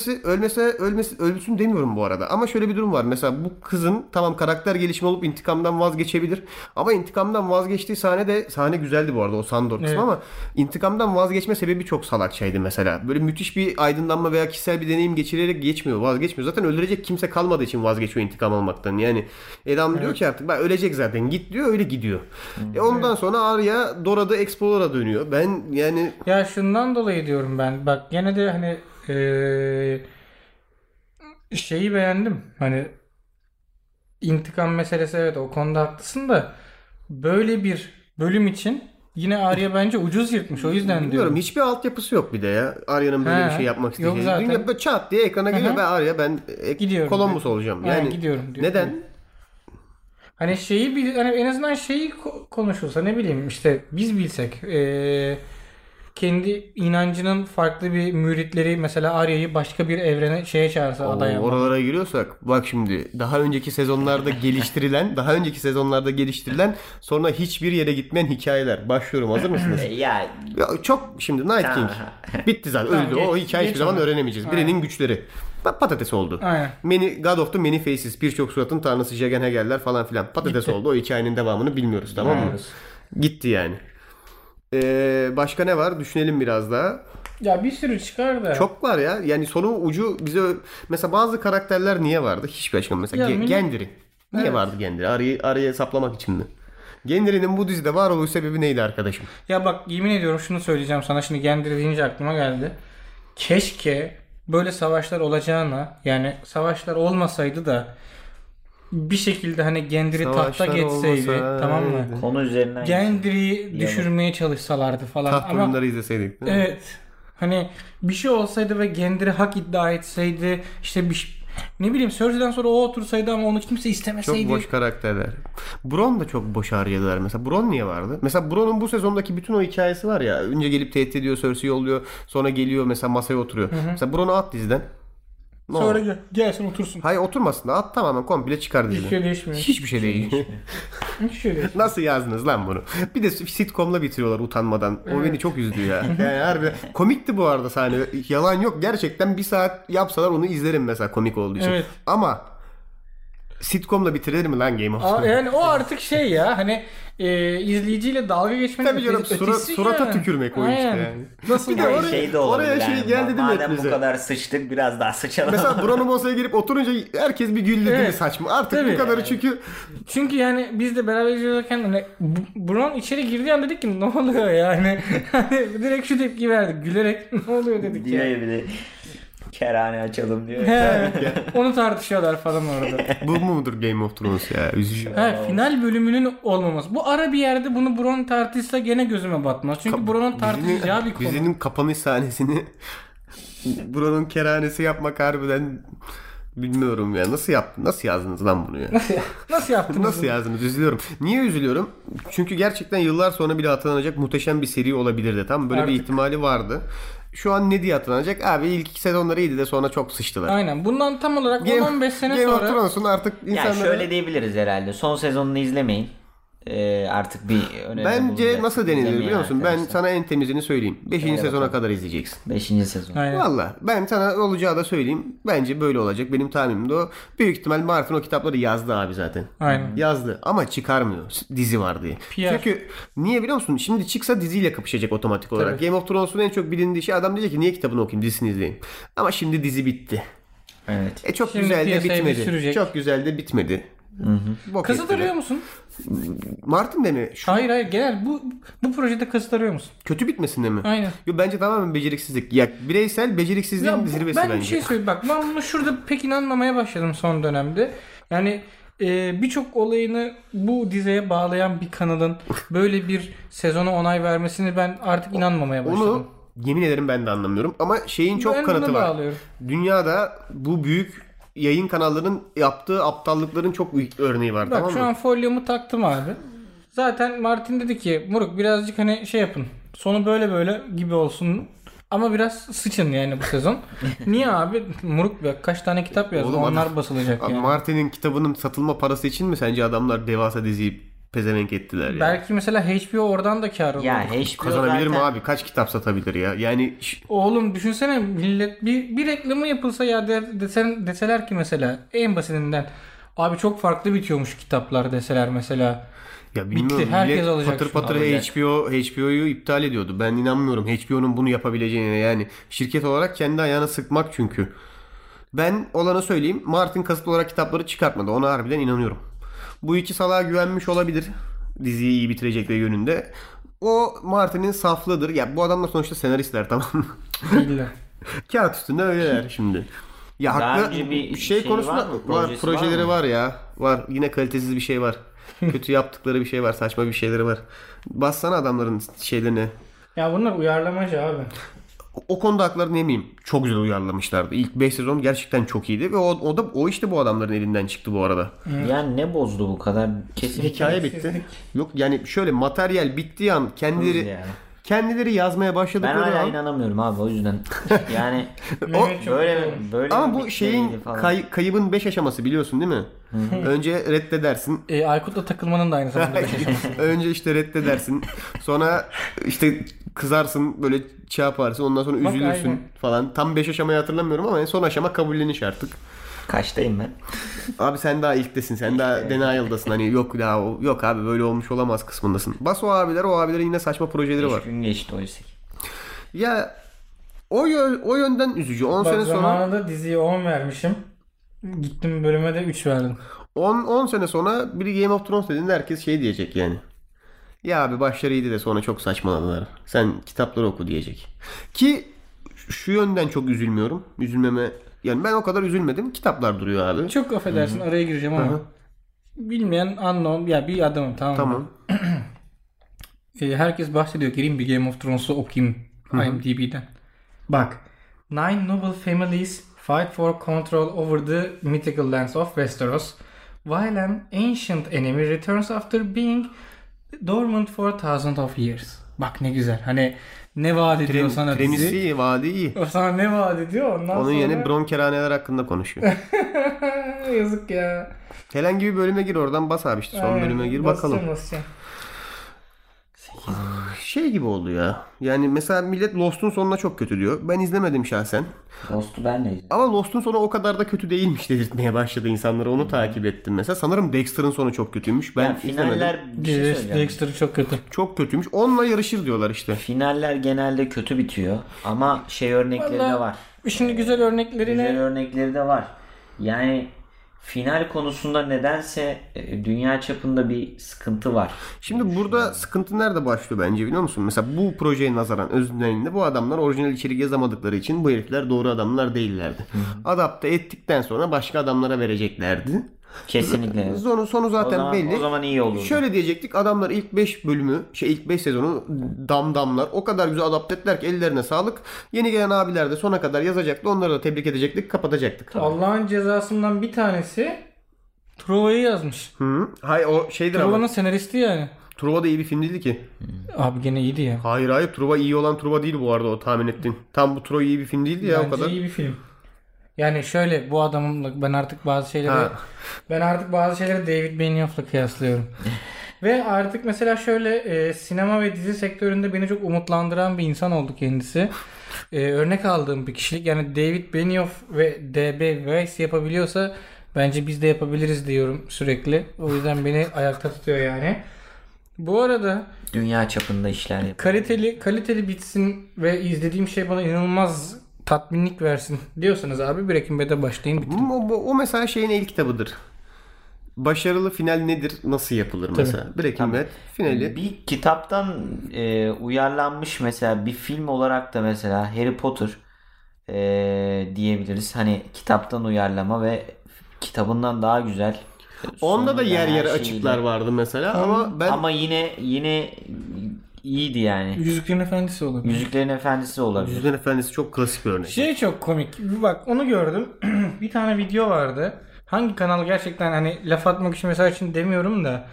ölsün demiyorum bu arada. Ama şöyle bir durum var. Mesela bu kızın tamam karakter gelişimi olup intikamdan vazgeçebilir. Ama intikamdan vazgeçtiği sahne güzeldi bu arada, o Sandor kısmı, Evet. ama intikamdan vazgeçme sebebi çok salakçaydı mesela. Böyle müthiş bir aydınlanma veya kişisel bir deneyim geçirerek vazgeçmiyor. Zaten öldürecek kimse kalmadığı için vazgeçiyor intikam almaktan. Yani adam diyor ki artık ben ölecek zaten, git diyor, öyle gidiyor. Ondan sonra Arya Dora the Explorer'a dönüyor. Ben yani Ya şundan dolayı diyorum ben. Bak gene de hani şeyi beğendim. Hani intikam meselesi, evet o konuda haklısın da böyle bir bölüm için yine Arya bence ucuz yırtmış. O yüzden bilmiyorum, diyorum. hiçbir altyapısı yok bir de ya. Arya'nın böyle He, bir şey yapmak yok isteyeceği. zaten. Dünya böyle çat diye ekrana geliyor. Hı hı. Ben Arya, ben Gidiyorum Columbus diyor. olacağım. Aynen, Yani gidiyorum diyor. neden? Hani şeyi hani en azından şeyi konuşulsa, ne bileyim işte biz bilsek kendi inancının farklı bir müritleri mesela Arya'yı başka bir evrene çağırsa adaya. Oralara giriyorsak bak şimdi daha önceki sezonlarda geliştirilen sonra hiçbir yere gitmeyen hikayeler. Başlıyorum, hazır mısınız? Ya Ya çok şimdi Night King bitti zaten, Tamam, öldü. geç- O hikaye hiçbir geç zaman onu. öğrenemeyeceğiz. Aynen. Birinin güçleri patates oldu. Aynen. God of the Many Faces, birçok suratın tanrısı Jagen Hegel'ler falan filan patates oldu. O hikayenin devamını bilmiyoruz, tamam mı? Bilmiyoruz. Gitti yani. Başka ne var? Düşünelim biraz daha. Ya bir sürü çıkar da. Çok var ya. Yani sonu ucu bize mesela bazı karakterler niye vardı? Hiçbir açıklama. Mesela Ya, Gendry. Niye Evet. vardı Gendry? Arya saplamak için mi? Gendry'nin bu dizide var oluş sebebi neydi arkadaşım? Ya bak yemin ediyorum şunu söyleyeceğim sana, şimdi Gendry deyince aklıma geldi. Keşke böyle savaşlar olacağına, yani savaşlar olmasaydı da bir şekilde hani Gendry tahta Savaşlar geçseydi, olmasaydı. tamam mı? konu üzerinden Gendry'yi düşürmeye çalışsalardı falan. Taht Ama oyunları izleseydik. Değil mi? evet. Hani bir şey olsaydı ve Gendry hak iddia etseydi, işte ne bileyim Cersei'den sonra o otursaydı ama onu kimse istemeseydi. Çok boş karakterler. Bronn da çok boş harcadılar mesela. Bronn niye vardı? Mesela Bronn'un bu sezondaki bütün o hikayesi var ya. Önce gelip tehdit ediyor, Cersei yolluyor. Sonra geliyor mesela masaya oturuyor. Mesela Bronn'u at diziden. Ne Sonra olur? gelsin otursun. Hayır, oturmasın da at, tamamen komple çıkar diziden. Hiçbir şey değişmiyor. Hiçbir şey değil. Hiçbir şey değişmiyor. Nasıl yazdınız lan bunu? Bir de sitcom'la bitiriyorlar utanmadan. O beni çok üzdü ya. Yani harbi komikti bu arada sahne. Yalan yok. Gerçekten bir saat yapsalar onu izlerim mesela, komik olduğu için. Evet. Ama Sitcom'la bitirilir mi lan Game of Thrones? Yani o artık şey ya hani izleyiciyle dalga geçmenin Tabii canım surata yani. tükürmek o işte yani. Nasıl Bir de yani? oraya- Şey de olabilir oraya şey yani. geldi değil mi Madem bu hepimize? kadar sıçtık biraz daha sıçalım. Mesela Bruno masaya girip oturunca herkes bir güldü değil mi Evet. saçma. Artık Tabii. bu kadarı çünkü Çünkü yani biz de beraber izliyorken hani Bron içeri girdiği an dedik ki ne oluyor yani? Hani direkt şu tepki verdik gülerek ne oluyor dedik diyor ya. ya bir de kerhane açalım diyor. He, onu tartışıyorlar falan orada. bu mudur Game of Thrones ya? Üzücü. Final bölümünün olmaması. Bu ara bir yerde bunu Bron tartışsa gene gözüme batmaz. Çünkü Bron'un tartışacağı bir konu. Dizinin kapanış sahnesini Bruno'nun kerhanesi yapmak harbiden bilmiyorum ya. Nasıl yazdınız lan bunu ya? Nasıl yaptınız? Nasıl yazdınız? Üzülüyorum. Niye üzülüyorum? Çünkü gerçekten yıllar sonra bile hatırlanacak muhteşem bir seri olabilirdi. Tam böyle bir Artık. ihtimali vardı. Şu an ne diye hatırlanacak? Abi ilk 2 sezonları iyiydi de sonra çok sıçtılar. Aynen. Bundan tam olarak 10-15 sene Game of sonra Thrones'un artık Ya insanlara... şöyle diyebiliriz herhalde. Son sezonunu izlemeyin. Artık bir öneride Bence bulunacaksınız. nasıl denilir İzlemeyin biliyor musun? Ben arkadaşlar. sana en temizini söyleyeyim. 5. sezona kadar izleyeceksin. 5. sezon. Aynen. Valla ben sana olacağı da söyleyeyim. Bence böyle olacak. Benim tahminim de o. Büyük ihtimal Martin o kitapları yazdı abi zaten. Aynen. Yazdı ama çıkarmıyor. Dizi var diye. PR. Çünkü niye biliyor musun? Şimdi çıksa diziyle kapışacak otomatik olarak. Tabii. Game of Thrones'un en çok bilindiği şey adam diyecek ki niye kitabını okuyayım dizisini izleyeyim. Ama şimdi dizi bitti. Evet. Çok Şimdi güzel de piyasaya bir bitmedi. sürecek. Çok güzel de bitmedi. Bok Kasıt ettiler. arıyor musun? Martin de mi? Hayır genel bu projede kasıt arıyor musun? Kötü bitmesin de mi? Aynen. Yo, bence tamamen beceriksizlik. Ya bireysel beceriksizliğin Ya, zirvesi ben bence. bir şey söyleyeyim bak ben bunu şurada pek inanmamaya başladım son dönemde. Yani birçok olayını bu diziye bağlayan bir kanalın böyle bir sezona onay vermesini ben artık inanmamaya başladım. Onu yemin ederim ben de anlamıyorum. Ama şeyin çok Ben kanıtı buna var. bağlıyorum. Dünyada bu büyük yayın kanallarının yaptığı aptallıkların çok büyük örneği var. Bak tamam şu mı? an folyomu taktım abi. Zaten Martin dedi ki Muruk birazcık hani şey yapın. Sonu böyle gibi olsun. Ama biraz sıçın yani bu sezon. Niye abi? Muruk be kaç tane kitap yazdı. Oğlum Onlar adam- basılacak Abi yani. Martin'in kitabının satılma parası için mi sence adamlar devasa diziyi pezevenk ettiler ya? Belki mesela HBO oradan da kar alıyor. Ya HBO Kazanabilir mi zaten abi? Kaç kitap satabilir ya? Yani Oğlum düşünsene millet bir reklamı yapılsa ya deseler ki mesela en basitinden abi çok farklı bitiyormuş kitaplar deseler mesela. ya bilmiyorum. Bitti, herkes millet alacak patır şunu, patır alacak. HBO'yu iptal ediyordu. Ben inanmıyorum HBO'nun bunu yapabileceğine. Yani şirket olarak kendi ayağına sıkmak çünkü. Ben olanı söyleyeyim. Martin kasıtlı olarak kitapları çıkartmadı. Ona harbiden inanıyorum. Bu iki salağa güvenmiş olabilir. Diziyi iyi bitirecekleri yönünde. O Martin'in saflığıdır. Ya bu adamlar sonuçta senaristler tamam mı? Değiller. Kağıt üstünde öyleler şimdi. Ya Daha haklı önce bir şey şey konusunda var mı? Projesi projeleri var mı? var ya. Var. Yine kalitesiz bir şey var. Kötü yaptıkları bir şey var. Saçma bir şeyleri var. Bassana adamların şeylerine. Ya bunlar uyarlamacı abi. O konuda haklarını yemeyeyim. Çok güzel uyarlamışlardı. İlk 5 sezon gerçekten çok iyiydi ve o işte bu adamların elinden çıktı bu arada. yani ne bozdu bu kadar? Kesinlikle. Hikaye bitti. Yok yani şöyle materyal bittiği an kendileri Yani. kendileri yazmaya Ben başladıkları hala an inanamıyorum abi o yüzden. Yani Mehmet çok böyle ama mi bu bitti şeyin falan? kaybın 5 aşaması biliyorsun değil mi? Önce reddedersin. Aykut'la takılmanın da aynı zamanda bir şey. Önce işte reddedersin. Sonra işte kızarsın böyle şey yaparsın. Ondan sonra Bak, üzülürsün aynen. falan. Tam 5 aşamayı hatırlamıyorum ama en son aşama kabulleniş artık. Kaçtayım ben? Abi sen daha ilktesin. Sen daha denial'dasın. Hani yok abi böyle olmuş olamaz kısmındasın. Bas o abilerin yine saçma projeleri 5 var. gün geçti oysa ki. Ya o yönden üzücü. 10 Bak sene sonra zamanında diziye 10 vermişim. Gittim bölüme de 3 verdim. 10 sene sonra biri Game of Thrones dediğinde herkes şey diyecek yani. Ya abi başları iyiydi de sonra çok saçmaladılar. Sen kitapları oku diyecek. Ki şu yönden çok üzülmüyorum. Üzülmeme yani ben o kadar üzülmedim. Kitaplar duruyor abi. Çok affedersin araya gireceğim ama. Bilmeyen unknown ya bir adamım tamam mı? Tamam. Herkes bahsediyor gireyim bir Game of Thrones'u okuyayım IMDb'den. Bak. 9 noble families fight for control over the mythical lands of Westeros while an ancient enemy returns after being dormant for thousands of years. Bak ne güzel. Hani ne vaat ediyor sana dizi. Premisi iyi, vaadi iyi. O sana ne vaat ediyor ondan Onun sonra. yeni Bron kerhaneler hakkında konuşuyor. Yazık ya. Herhangi bir bölüme gir oradan bas abi işte son bölüme gir bakalım. Basacağım. şey gibi oldu ya. Yani mesela millet Lost'un sonuna çok kötü diyor. Ben izlemedim şahsen. Lost'u ben de izledim. Ama Lost'un sonu o kadar da kötü değilmiş dedirtmeye başladı insanlara. Onu takip ettim mesela. Sanırım Dexter'ın sonu çok kötüymüş. Ben Yani finaller bir şey söyleyeceğim. Dexter çok kötü. çok kötüymüş. Onunla yarışır diyorlar işte. Finaller genelde kötü bitiyor ama şey örnekleri de var. Şimdi güzel örnekleri Güzel ne? örnekleri de var. Yani final konusunda nedense dünya çapında bir sıkıntı var. Şimdi burada sıkıntı nerede başlıyor bence biliyor musun? Mesela bu projeye nazaran özünlerinde bu adamlar orijinal içerik yazamadıkları için bu herifler doğru adamlar değillerdi. Adapte ettikten sonra başka adamlara vereceklerdi. Kesinlikle. Sonu zaten belli. O zaman iyi olurdu. Şöyle diyecektik, adamlar ilk 5 bölümü, ilk 5 sezonu damlar o kadar güzel adapte ettiler ki ellerine sağlık. Yeni gelen abiler de sona kadar yazacaktı. Onları da tebrik edecektik, kapatacaktık. Allah'ın cezasından bir tanesi Truva'yı yazmış. Hı. Hayır o şeydir Truva'nın ama. senaristi yani. Truva da iyi bir film değildi ki. Abi gene iyiydi ya. Hayır Truva iyi olan Truva değil bu arada, o tahmin ettin. Tam bu Truva iyi bir film değildi ya Bence o kadar. iyi bir film. Yani şöyle bu adamın ben artık bazı şeyleri David Benioff'la kıyaslıyorum. Ve artık mesela şöyle sinema ve dizi sektöründe beni çok umutlandıran bir insan oldu kendisi. Örnek aldığım bir kişilik. Yani David Benioff ve D.B. Weiss yapabiliyorsa bence biz de yapabiliriz diyorum sürekli. O yüzden beni ayakta tutuyor yani. Bu arada Dünya çapında işler yapıyor. kaliteli bitsin ve izlediğim şey bana inanılmaz tatminlik versin diyorsanız abi Breaking Bad'e başlayın bitirin. O mesela şeyin el kitabıdır. Başarılı final nedir? Nasıl yapılır mesela? Breaking Bad finali. Bir kitaptan uyarlanmış mesela bir film olarak da mesela Harry Potter diyebiliriz. Hani kitaptan uyarlama ve kitabından daha güzel. Onda da yer yer her açıklar şeyiyle. vardı mesela Ama yine iyiydi yani. Yüzüklerin Efendisi olur. Yüzüklerin Efendisi olabilir. Yüzüklerin Efendisi çok klasik bir örnek. Şey çok komik. Bak onu gördüm. Bir tane video vardı. Hangi kanal gerçekten hani laf atmak için mesela için demiyorum da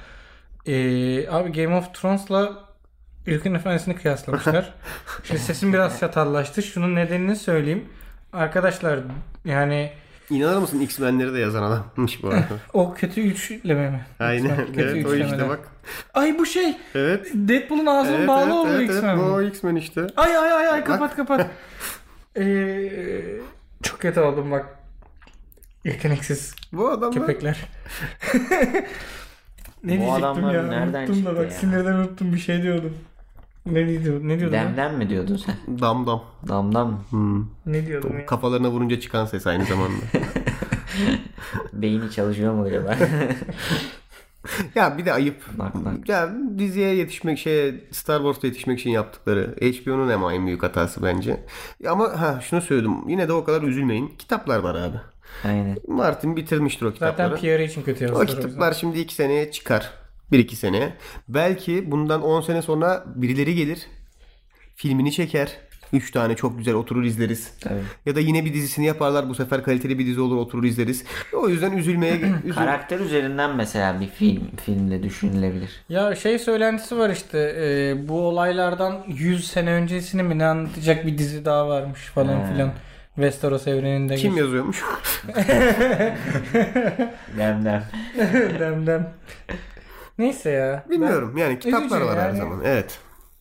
abi Game of Thrones'la Yüzüklerin Efendisi'ni kıyaslamışlar. Şimdi sesim biraz çatallaştı. Şunun nedenini söyleyeyim. Arkadaşlar yani İnanır mısın, X-Men'leri de yazan adammış bu arada. o kötü üçleme mi? Aynen. Kötü Evet o üçlemeden. işte bak. Ay bu şey. Evet. Deadpool'un ağzının bağlı olduğu X-Men. Bu o X-Men işte. Ay kapat. Çok kötü oldum bak. Yeteneksiz Bu adamlar. köpekler. Ne Bu diyecektim adamlar ya? nereden Unuttum da çıktı bak ya? sinirden unuttum bir şey diyordum. Ne diyordum ya? Demden mi diyordun sen? Dam. Damdan mı? Ne diyordum ya? Kafalarına vurunca çıkan ses aynı zamanda. Beyni çalışıyor mu acaba? Ya bir de ayıp. Bak. Ya diziye yetişmek Star Wars'ta yetişmek için yaptıkları HBO'nun en büyük hatası bence. Ama şunu söyledim. Yine de o kadar üzülmeyin. Kitaplar var abi. Aynen. Martin bitirmiştir o kitapları. Zaten PR için kötü O yazdılar. kitaplar şimdi 2 seneye çıkar. 1-2 seneye. Belki bundan 10 sene sonra birileri gelir. Filmini çeker. 3 tane çok güzel oturur izleriz. Tabii. Ya da yine bir dizisini yaparlar. Bu sefer kaliteli bir dizi olur, oturur izleriz. O yüzden Karakter üzerinden mesela bir filmde düşünülebilir. Ya söylentisi var işte bu olaylardan 100 sene öncesini mi ne anlatacak bir dizi daha varmış falan filan. Westeros evreninde. Kim yazıyormuş? Demden. Demden. Neyse ya. Bilmiyorum. Yani kitaplar üzücü var her yani. zaman. Evet.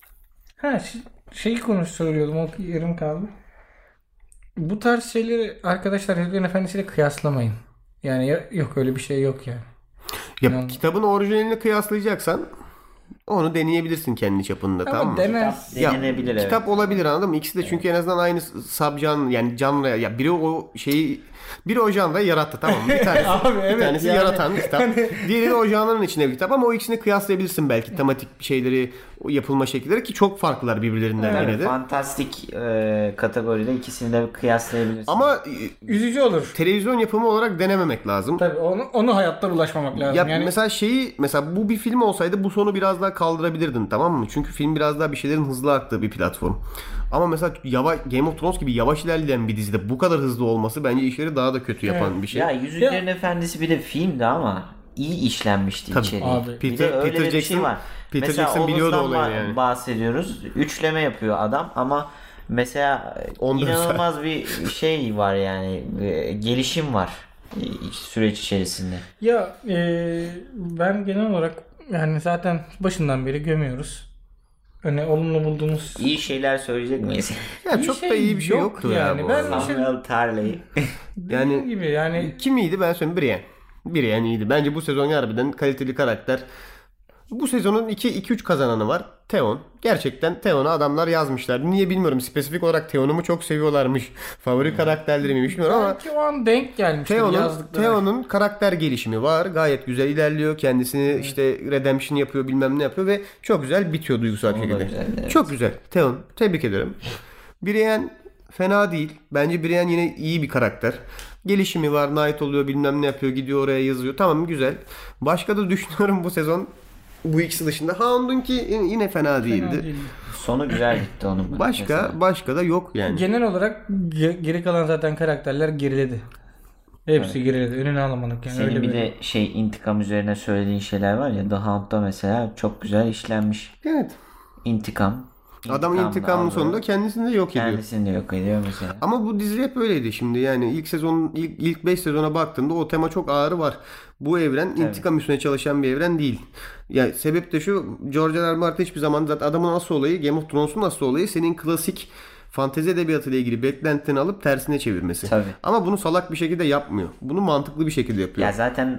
Şeyi söylüyordum. O yarım kaldı. Bu tarz şeyleri arkadaşlar Yüzüklerin Efendisi'yle kıyaslamayın. Yani yok öyle bir şey yok yani. Ya kitabın orijinalini kıyaslayacaksan onu deneyebilirsin kendi çapında, Ama tamam mı? demez. Denenebilir, evet. Kitap olabilir, anladın mı? İkisi de çünkü en azından aynı subjan yani canlı ya biri o janrayı yarattı, tamam mı? Bir tanesi, Abi, bir evet, tanesi yani. yaratan bir kitap. Diğeri de o janrın içinde bir kitap ama o ikisini kıyaslayabilirsin belki tematik şeyleri, o yapılma şekilleri ki çok farklılar birbirlerinden yine de. Fantastik kategoride ikisini de kıyaslayabilirsin. Ama Üzücü olur. televizyon yapımı olarak denememek lazım. Tabii onu hayatta bulaşmamak lazım. Ya yani mesela bu bir film olsaydı bu sonu biraz daha kaldırabilirdin, tamam mı? Çünkü film biraz daha bir şeylerin hızlı aktığı bir platform. Ama mesela Game of Thrones gibi yavaş ilerleyen bir dizide bu kadar hızlı olması bence işleri daha da kötü yapan bir şey. Ya Yüzüklerin Efendisi bir de filmdi ama iyi işlenmişti içeriği. Abi. Bir de öyle de bir şey var. Peter mesela Jackson biliyordu Oğuz'dan olayı yani. bahsediyoruz. Üçleme yapıyor adam ama mesela 14 inanılmaz bir şey var yani. Gelişim var süreç içerisinde. Ya ben genel olarak yani zaten başından beri gömüyoruz. olumlu bulduğunuz İyi şeyler söyleyecek miyiz? Ya çok da iyi bir şey yoktu yani. ya. Ben Samuel Tarley. dediğim gibi yani Kim iyiydi ben söyleyeyim, Brienne. Brienne iyiydi. Bence bu sezon harbiden kaliteli karakter. Bu sezonun 2-3 kazananı var. Theon. Gerçekten Theon'u adamlar yazmışlar. Niye bilmiyorum. Spesifik olarak Theon'u mu çok seviyorlarmış. Favori karakterleri miymiş bilmiyorum ama belki o an denk gelmiştir yazdıkları. Theon'un karakter gelişimi var. Gayet güzel ilerliyor. Kendisini işte redemption yapıyor, bilmem ne yapıyor ve çok güzel bitiyor duygusal bir şekilde. Güzel, evet. Çok güzel. Theon. Tebrik ederim. Brienne fena değil. Bence Brienne yine iyi bir karakter. Gelişimi var. Knight oluyor, bilmem ne yapıyor. Gidiyor oraya yazıyor. Tamam, güzel. Başka da düşünüyorum bu sezon. Bu ikisi dışında. Hound'un ki yine fena değildi. Sonu güzel gitti onun. Başka da yok yani. Genel olarak geri kalan zaten karakterler geriledi. Hepsi geriledi. Önünü alamadık yani. Senin öyle bir de intikam üzerine söylediğin şeyler var ya. The Hound'da mesela çok güzel işlenmiş. Evet. İntikam. Adam intikamın sonunda kendisini de yok ediyor. Kendisini de yok ediyor mesela. Ama bu dizi hep öyleydi şimdi. Yani ilk 5 sezona baktığında o tema çok ağır var. Bu evren intikam üstüne çalışan bir evren değil. Yani sebep de şu: George R. R. Martin hiçbir zaman zaten adamın asıl olayı, Game of Thrones'un asıl olayı senin klasik fantezi edebiyatıyla ilgili beklentini alıp tersine çevirmesi. Tabii. Ama bunu salak bir şekilde yapmıyor. Bunu mantıklı bir şekilde yapıyor. Ya zaten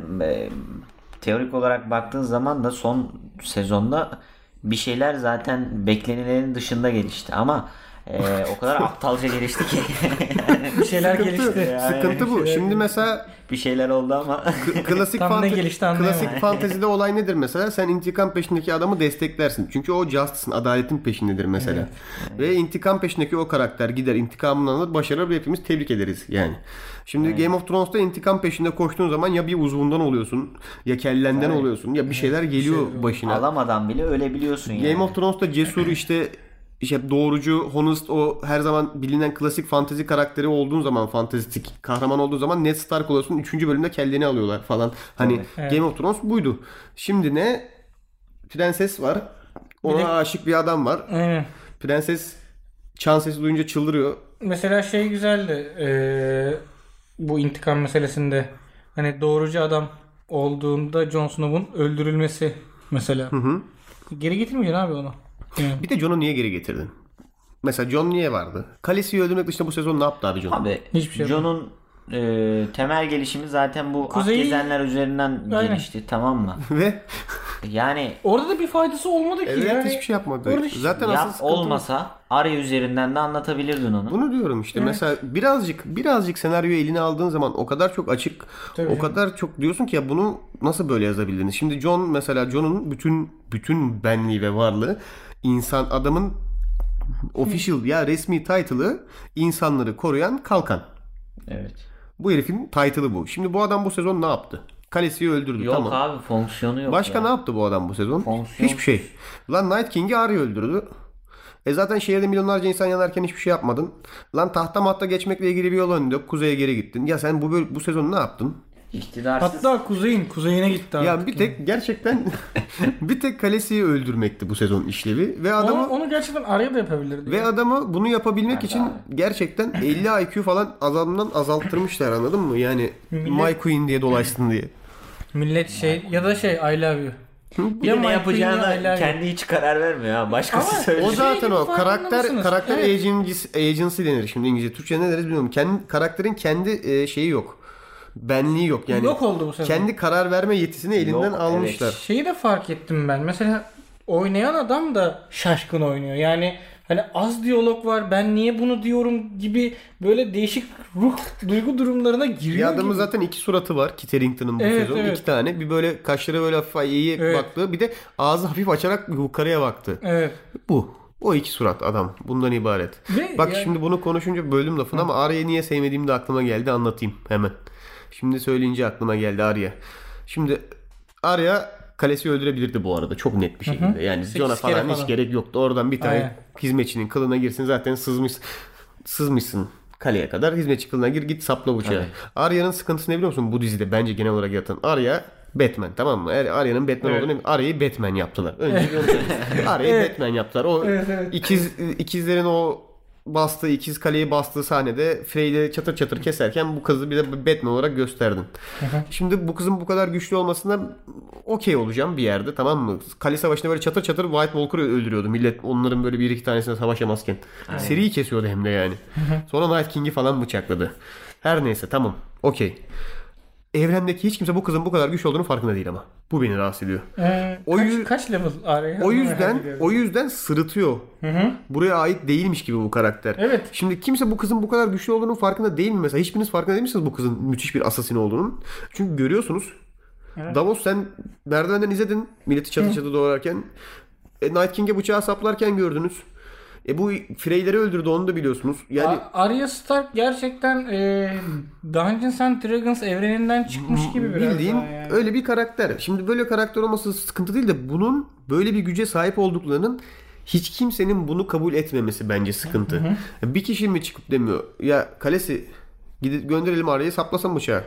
teorik olarak baktığın zaman da son sezonda bir şeyler zaten beklenilenin dışında gelişti ama o kadar aptalca gelişti ki. bir şeyler gelişti. Sıkıntı bu. Şimdi mesela bir şeyler oldu ama klasik Tam ne gelişti anlayamadım. klasik fantezide olay nedir mesela? Sen intikam peşindeki adamı desteklersin. Çünkü o justice'ın, adaletin peşindedir mesela. Ve intikam peşindeki o karakter gider, intikamını alır, başarır ve hepimiz tebrik ederiz yani. Şimdi Game of Thrones'ta intikam peşinde koştuğun zaman ya bir uzvundan oluyorsun, ya kellenden oluyorsun, ya bir şeyler geliyor başına. alamadan bile ölebiliyorsun yani. Game of Thrones'ta cesur işte doğrucu, honest, o her zaman bilinen klasik fantezi karakteri olduğun zaman, fantezistik kahraman olduğu zaman Ned Stark oluyorsun. 3. bölümde kelleni alıyorlar falan. Hani Game of Thrones buydu. Şimdi ne? Prenses var. Ona aşık bir adam var. Prenses çan sesi duyunca çıldırıyor. Mesela güzeldi. Bu intikam meselesinde. Hani doğrucu adam olduğunda Jon Snow'un öldürülmesi mesela. Geri getirmeyeceksin abi onu. Bir de Jon'u niye geri getirdin? Mesela Jon niye vardı? Khaleesi'yi öldürmek dışında bu sezon ne yaptı abi Jon? Abi hiçbir şey Jon'un temel gelişimi zaten bu Akgezenler üzerinden gelişti, tamam mı? Ve yani orada da bir faydası olmadı ki. evet, yani. hiçbir şey yapmadı. Zaten asıl olmasa Arya üzerinden de anlatabilirdin onu. Bunu diyorum işte. Mesela birazcık senaryoyu eline aldığın zaman o kadar çok açık, o kadar çok diyorsun ki ya bunu nasıl böyle yazabildiniz? Şimdi Jon mesela, Jon'un bütün benliği ve varlığı adamın official ya resmi title'ı insanları koruyan kalkan. Evet. Bu herifin title'ı bu. Şimdi bu adam bu sezon ne yaptı? Khaleesi'yi öldürdü, yok tamam. abi, fonksiyonu yok. Başka ne yaptı bu adam bu sezon? Fonksiyon. Hiçbir şey. Lan Night King'i Arya öldürdü. Zaten şehirde milyonlarca insan yanarken hiçbir şey yapmadın. Lan tahta geçmekle ilgili bir yol önünde kuzeye geri gittin. Ya sen bu sezon ne yaptın? İktidarsız. Hatta kuzeyine gitti artık. Ya bir tek gerçekten bir tek Khaleesi'yi öldürmekti bu sezon işlevi ve adamı onu gerçekten Arya da yapabilirdi. Ve adamı bunu yapabilmek için gerçekten 50 IQ falan adamdan azalttırmışlar, anladın mı? Yani My Queen diye dolaşsın diye. Millet ya da I love you. Ya ne yapacağına kendi hiç karar vermiyor ha. Başkası söylüyor. O zaten o karakter agency denir şimdi İngilizce. Türkçe ne deriz bilmiyorum. Karakterin kendi şeyi yok. Benliği yok yani. Yok oldu bu sezon. Kendi karar verme yetisini elinden almışlar. Evet. Şeyi de fark ettim ben. Mesela oynayan adam da şaşkın oynuyor. Yani hani az diyalog var, ben niye bunu diyorum gibi böyle değişik duygu durumlarına giriyor. Ya adamın zaten 2 suratı var Kit Harington'ın bu sezon. 2 tane. Bir böyle kaşları böyle hafif iyiye baktı. Bir de ağzı hafif açarak yukarıya baktı. Evet. O 2 surat adam. Bundan ibaret. Bak şimdi bunu konuşunca böldüm lafını ama Arya'yı niye sevmediğim de aklıma geldi, anlatayım hemen. Şimdi söyleyince aklıma geldi Arya. Şimdi Arya Khaleesi'yi öldürebilirdi bu arada çok net bir şekilde. Yani Jon'a falan hiç gerek yoktu. Oradan bir tane hizmetçinin kılına girsin, zaten sızmışsın kaleye kadar. Hizmetçi kılına git sapla bıçağı. Arya'nın sıkıntısı ne biliyor musun bu dizide bence genel olarak yatan? Arya Batman, tamam mı? Arya'nın Batman olduğunu, Arya'yı Batman yaptılar. Önce Arya'yı Batman yaptılar. O ikizlerin o bastığı ikiz kaleyi bastığı sahnede Frey'leri çatır çatır keserken bu kızı bir de Batman olarak gösterdin. Şimdi bu kızın bu kadar güçlü olmasına okey olacağım bir yerde, tamam mı? Kale savaşında böyle çatır çatır White Walker'ı öldürüyordu. Millet onların böyle bir iki tanesine savaşamazken. Seriyi kesiyordu hem de yani. Sonra Night King'i falan bıçakladı. Her neyse, tamam. Okey. Evrendeki hiç kimse bu kızın bu kadar güçlü olduğunu farkında değil ama. Bu beni rahatsız ediyor. Kaç level araya? O yüzden sırıtıyor. Buraya ait değilmiş gibi bu karakter. Evet. Şimdi kimse bu kızın bu kadar güçlü olduğunun farkında değil mi mesela? Hiçbiriniz farkında değil misiniz bu kızın müthiş bir asasin olduğunun? Çünkü görüyorsunuz. Evet. Davos, sen merdivenden izledin milleti çatı çatı doğrarken. Night King'e bıçağı saplarken gördünüz. Bu Frey'leri öldürdü, onu da biliyorsunuz. Yani Arya Stark gerçekten Dungeons and Dragons evreninden çıkmış gibi biraz bildiğin daha yani. öyle bir karakter. Şimdi böyle karakter olması sıkıntı değil de bunun böyle bir güce sahip olduklarının hiç kimsenin bunu kabul etmemesi bence sıkıntı. Bir kişi mi çıkıp demiyor ya kalesi gönderelim Arya'yı, saplasın bıçağı.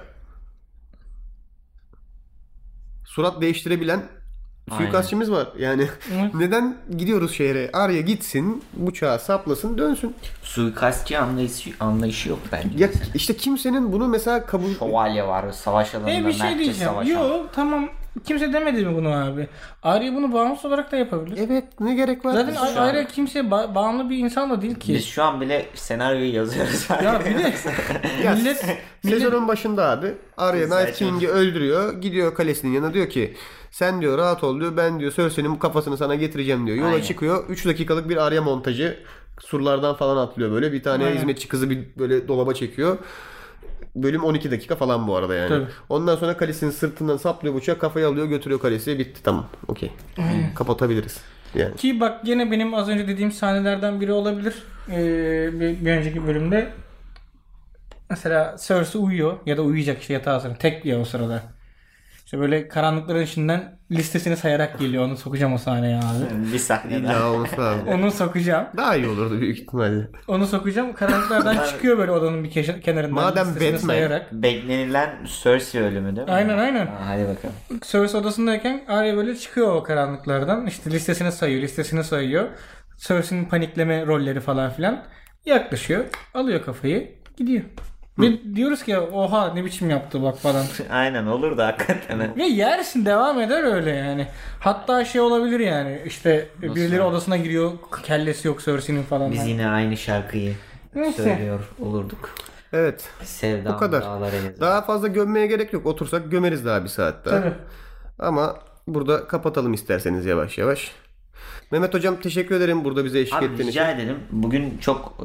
Surat değiştirebilen suikastçımız var. Yani neden gidiyoruz şehre? Arya gitsin, bıçağı saplasın, dönsün. Suikastçı anlayışı yok bence. Ya işte kimsenin bunu mesela kabul... Şövalye var, savaş alanında Bir şey mertçe diyeceğim. savaşan. Yok tamam, kimse demedi mi bunu abi? Arya bunu bağımsız olarak da yapabilir. Evet, ne gerek var? Zaten Arya kimseye bağımlı bir insan da değil ki. Biz şu an bile senaryoyu yazıyoruz. Ya bir de millet Sezonun başında abi Arya Night King'i öldürüyor. Gidiyor kalesinin yanına, diyor ki sen diyor rahat ol diyor. Ben diyor Cersei'nin bu kafasını sana getireceğim diyor. Yola Aynen. çıkıyor. 3 dakikalık bir Arya montajı. Surlardan falan atlıyor böyle. Bir tane hizmetçi kızı bir böyle dolaba çekiyor. Bölüm 12 dakika falan bu arada yani. Tabii. Ondan sonra kalesinin sırtından saplıyor bıçağı, kafayı alıyor götürüyor kalesiye, bitti, tamam. Okey. Kapatabiliriz. Yani. ki bak gene benim az önce dediğim sahnelerden biri olabilir. Bir önceki bölümde mesela Cersei uyuyor ya da uyuyacak işte yatağa sonra. Tek ya o sırada. İşte böyle karanlıkların içinden listesini sayarak geliyor. Onu sokacağım o sahneye abi. Bir sahne daha. İlla olması lazım. Onu sokacağım. Daha iyi olurdu büyük ihtimalle. Onu sokacağım. Karanlıklardan çıkıyor böyle odanın bir kenarından. Madem listesini Batman- sayarak. Beklenilen Cersei ölümü değil mi? Aynen. Hadi bakalım. Cersei odasındayken Arya böyle çıkıyor o karanlıklardan. İşte listesini sayıyor. Cersei'nin panikleme rolleri falan filan. Yaklaşıyor. Alıyor kafayı. Gidiyor. Ve diyoruz ki oha ne biçim yaptı bak falan. Aynen, olur da hakikaten. Ve yersin, devam eder öyle yani. Hatta şey olabilir yani işte birileri odasına giriyor, kellesi yok Cersei'nin falan. Biz yine aynı şarkıyı Neyse. söylüyor olurduk. Evet. Sevdam Bu kadar. dağlara yazar. Daha fazla gömmeye gerek yok. Otursak gömeriz daha bir saat daha. Tabii. Ama burada kapatalım isterseniz yavaş yavaş. Mehmet Hocam teşekkür ederim burada bize eşlik Abi ettiğin için. rica ederim. Bugün çok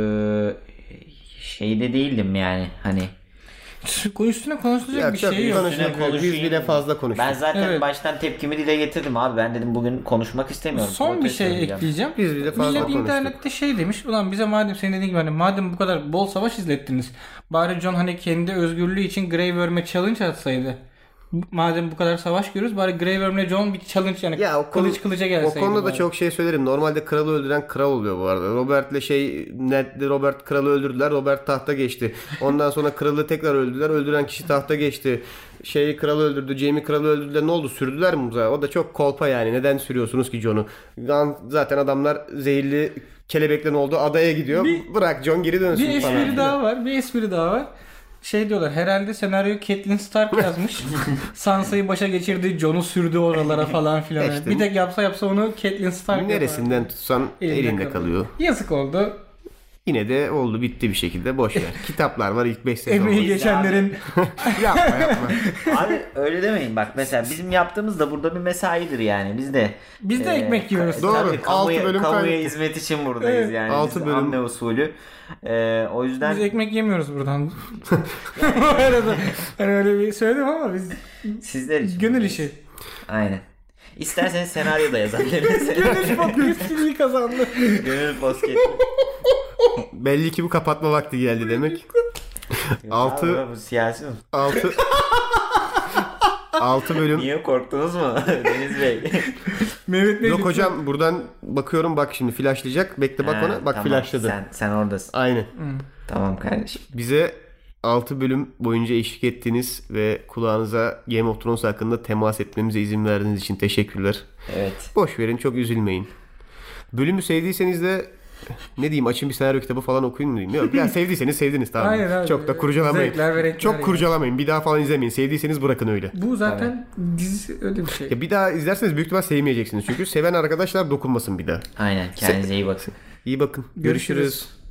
şeyde değildim yani hani. Üstüne konuşulacak Ya bir çok şey yok. konuşulacak. Üstüne konuşayım. Biz bile fazla konuştuk. Ben zaten Evet. baştan tepkimi dile getirdim abi. Ben dedim bugün konuşmak istemiyorum. Son bir Protesto şey edeceğim. ekleyeceğim. Biz bile fazla Millet konuştuk. internette şey demiş. Ulan bize madem senin dediğin gibi hani madem bu kadar bol savaş izlettiniz. Bari Jon hani kendi özgürlüğü için Grey Worm'e challenge atsaydı. Madem bu kadar savaş görüyoruz bari Grey Worm'le Jon bir challenge yani Ya o kılıç kılıca gelseydi. O konuda da bari. çok şey söylerim. Normalde kralı öldüren kral oluyor bu arada. Ned'le Robert kralı öldürdüler. Robert tahta geçti. Ondan sonra kralı tekrar öldürdüler. Öldüren kişi tahta geçti. Kralı öldürdü. Jaime kralı öldürdüler. Ne oldu? Sürdüler mi uzağa? O da çok kolpa yani. Neden sürüyorsunuz ki Jon'u? Zaten adamlar zehirli kelebeklerin olduğu adaya gidiyor. Bırak Jon geri dönsün Bir falan. espri daha var. Şey diyorlar herhalde senaryoyu Catelyn Stark yazmış. Sansa'yı başa geçirdi, Jon'u sürdü oralara falan filan. İşte. Bir tek yapsa onu Catelyn Stark yapar. Neresinden tutsan elinde kalıyor. Yazık oldu. Yine de oldu, bitti bir şekilde, boş ver. Kitaplar var, ilk 5 sezon. Emeği var. geçenlerin Yapma. Abi öyle demeyin bak, mesela bizim yaptığımız da burada bir mesaidir yani. Biz de ekmek yiyoruz. Doğru. Tabii, kamuya, 6 bölüm kamuya kaybettik. hizmet için buradayız Evet. yani. 6 Biz bölüm. anne usulü. O yüzden biz ekmek yemiyoruz buradan. Bu arada hani öyle bir söyledim ama biz sizler için. gönül işi. Aynen. İsterseniz senaryo da yazabiliriz. Gönül podcast'ini kazandı. Gönül podcast. Belli ki bu kapatma vakti geldi demek. 6 Abi, bu siyasi mi? 6 bölüm. Niye korktunuz mu Deniz Bey? Mehmet Bey Yok hocam, buradan bakıyorum, bak şimdi flashlayacak. Bekle bak Ha, ona. Bak tamam. flashladı. Sen oradasın. Aynen. Tamam kardeşim. Bize 6 bölüm boyunca eşlik ettiniz ve kulağınıza Game of Thrones hakkında temas etmemize izin verdiğiniz için teşekkürler. Evet. Boş verin, çok üzülmeyin. Bölümü sevdiyseniz de ne diyeyim, açın bir senaryo kitabı falan okuyun mu diyeyim. Yok ya, sevdiyseniz sevdiniz, tamam. Aynen abi. Çok da kurcalamayın. Zevkler ve renkler Çok yani. kurcalamayın. Bir daha falan izlemeyin. Sevdiyseniz bırakın öyle. Bu zaten dizi öyle bir şey. Ya bir daha izlerseniz büyük ihtimal sevmeyeceksiniz. Çünkü seven arkadaşlar dokunmasın bir daha. Aynen. Kendinize iyi bakın. İyi bakın. Görüşürüz.